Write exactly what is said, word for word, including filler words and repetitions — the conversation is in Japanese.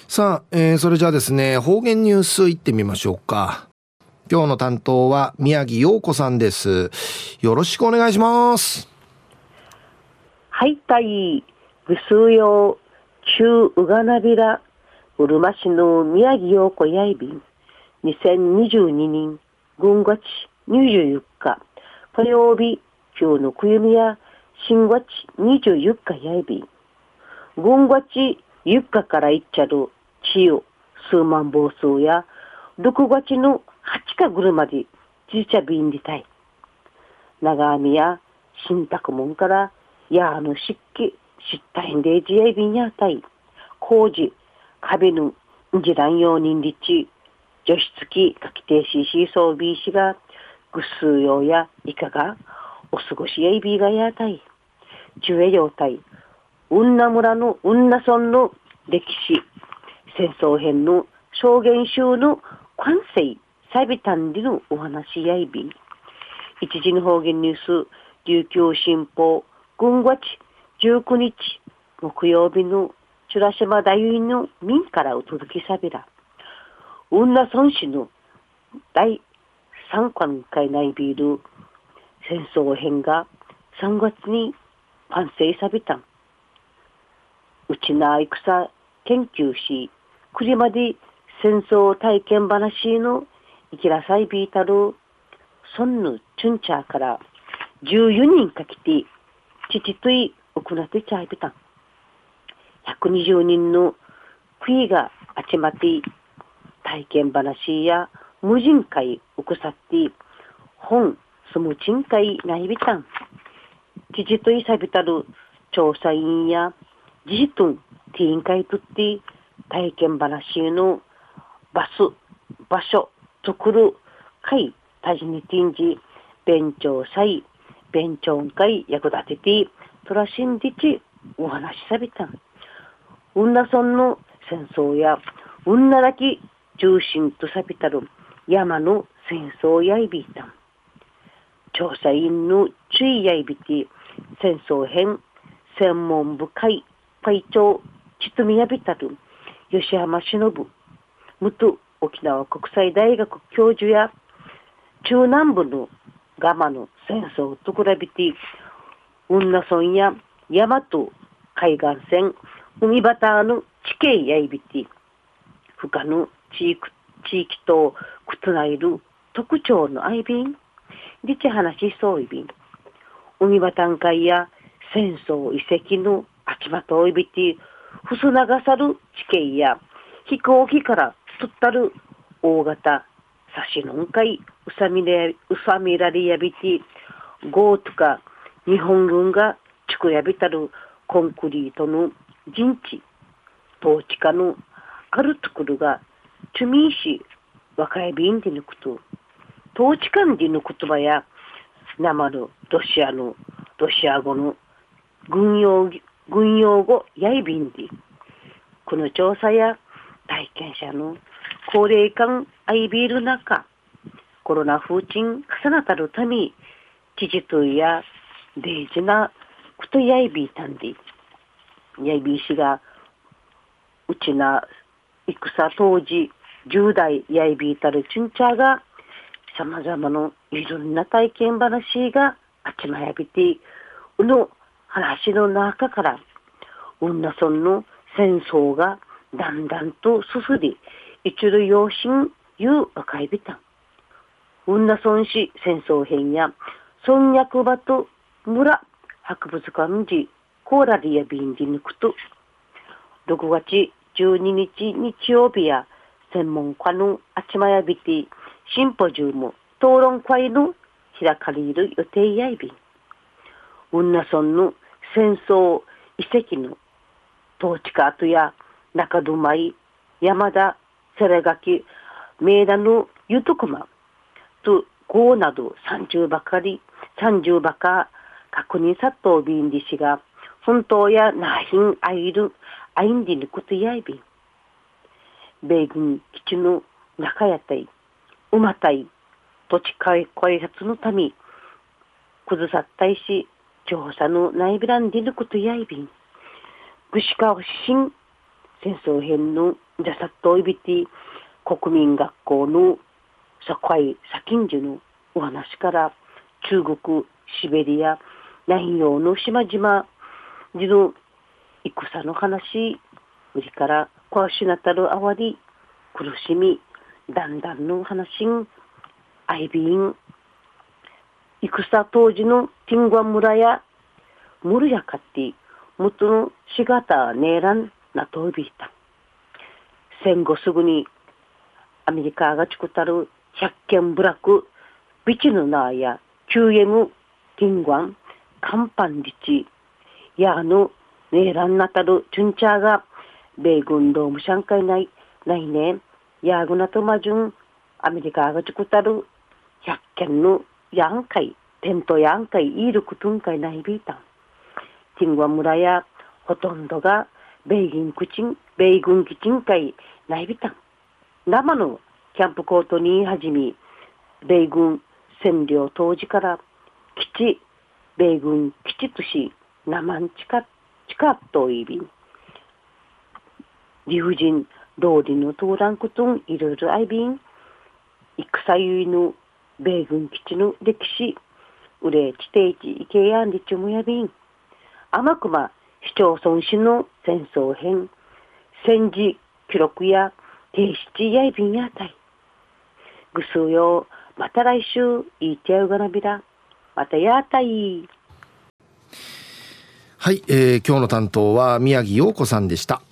さあ、えー、それじゃあですね、方言ニュースいってみましょうか。今日の担当は宮城陽子さんです。よろしくお願いします。 はい、たい、ぐすうよう、ちゅううがなびら、うるま市の宮城陽子やいびん、にせんにじゅうにねんぐんがちにじゅうよっか、火曜日、今日のくゆみや、しんがちにじゅうよっかやいびん、ぐんがちゆっかからいっちゃる、ちよ、数万房数や、ろくがつのはちかぐるまで、じちゃびんりたい。長網や、新宅門から、やあの湿気、湿体で自衛便やたい、工事、壁のじらん用人立地、除湿機、かきてしし装備士が、ぐっすう用やいかが、お過ごしやいびがやたい、じゅえようたい、うんな村のうんな村の歴史、戦争編の証言集の完成、サビタンでのお話やいびん、一時の方言ニュース、琉球新報、ぐんがちじゅうくにち木曜日のチュラシマ大院の民からお届けさびら。うんな村市の第三巻海内ビール戦争編がさんがつに完成さびたん。うちな戦研究し、くりまで戦争体験話のいきらさいびいたるソンヌチュンチャーからじゅうよにんかきて父とい行ってちゃいびたん。ひゃくにじゅうにんのクイが集まって体験話や無人会をくさって本住む賃会ないびたん。父といさびたる調査員や自治とんティーン会とって体験話のバス場所作る会たじにティンジ勉強祭勉強会役立ててトラシンディチお話しさびたん。うんな村の戦争やうんならき中心とさびたる山の戦争やいびいたん。調査員の注意やいびて戦争編専門部会会長ちつみやびたる吉浜忍元沖縄国際大学教授や中南部のガマの戦争と比べてうんな村や大和海岸線海バターの地形やいびて他の地域地域と異なる特徴のアイビンリチ話しそういびん海バタン海や戦争遺跡のあちまといびてふすながさる地形や飛行機からとったる大型差しのんかいうさみれうさみられやびてゴーとか日本軍が地区やびたるコンクリートの陣地統治下のあるところがチュミーシ若い便で抜くと統治官での言葉や生のロシアのロシア語の軍用軍用語やいびんでこの調査や体験者の高齢感アイビール中コロナ風鎮重なたるため知事とや大事なことやいびいたんでやいびいしがうちな戦当時じゅう代やいびいたるチュンチャーが様々のいろんな体験話があちまやびてうの話の中からうんな村の戦争がだんだんと進んで一類養親いう若いびたんうんな村市戦争編や村役場と村博物館時コーラリアビンで抜くとろくがつじゅうににち日曜日や専門家のあちまやびてシンポジウム討論会の開かれる予定やいびんうんな村の戦争遺跡の統治下跡や中泊山田セレガキ名田のゆとくまとごなどさんじゅうばかりさんじゅうばか確認殺到ビンディシが本当やなひんあいるあいんでぬことやいびん米軍基地の中やたい馬隊土地開発のため崩さったいし調査の内部欄でぬことやいびんぐしかおしん戦争編のじゃさっといびて国民学校の社会先んじのお話から中国シベリア南洋の島々での戦の話売りからこわしなたるあわり苦しみだんだんの話んアイビン戦当時のティングア村やムルヤカティ元のしがたネーランなとびいた戦後すぐにアメリカが作ったる百軒部落ビチヌナーや キューエム ティングアンカンパンリチヤーのネーランなたるチュンチャーが米軍ドームシャンカイない来年ヤーグナトマジュンアメリカが作ったる百軒のヤンカイテントヤンカイイールクトゥンカイないびいたんティングア村やほとんどが米軍基地米軍基地会ないびたん生のキャンプコートに始め米軍占領当時から基地米軍基地とし生んちかちかっといびん理不尽通りの通らんことんいろいろあいびん戦ゆいの米軍基地の歴史うれ地底地いけやんりちむやびん天熊市町村市の戦争編戦時記録や提出やいびんやたいぐすうよまた来週いいちゃうがなびらまたやたいはい、えー、今日の担当は宮城陽子さんでした。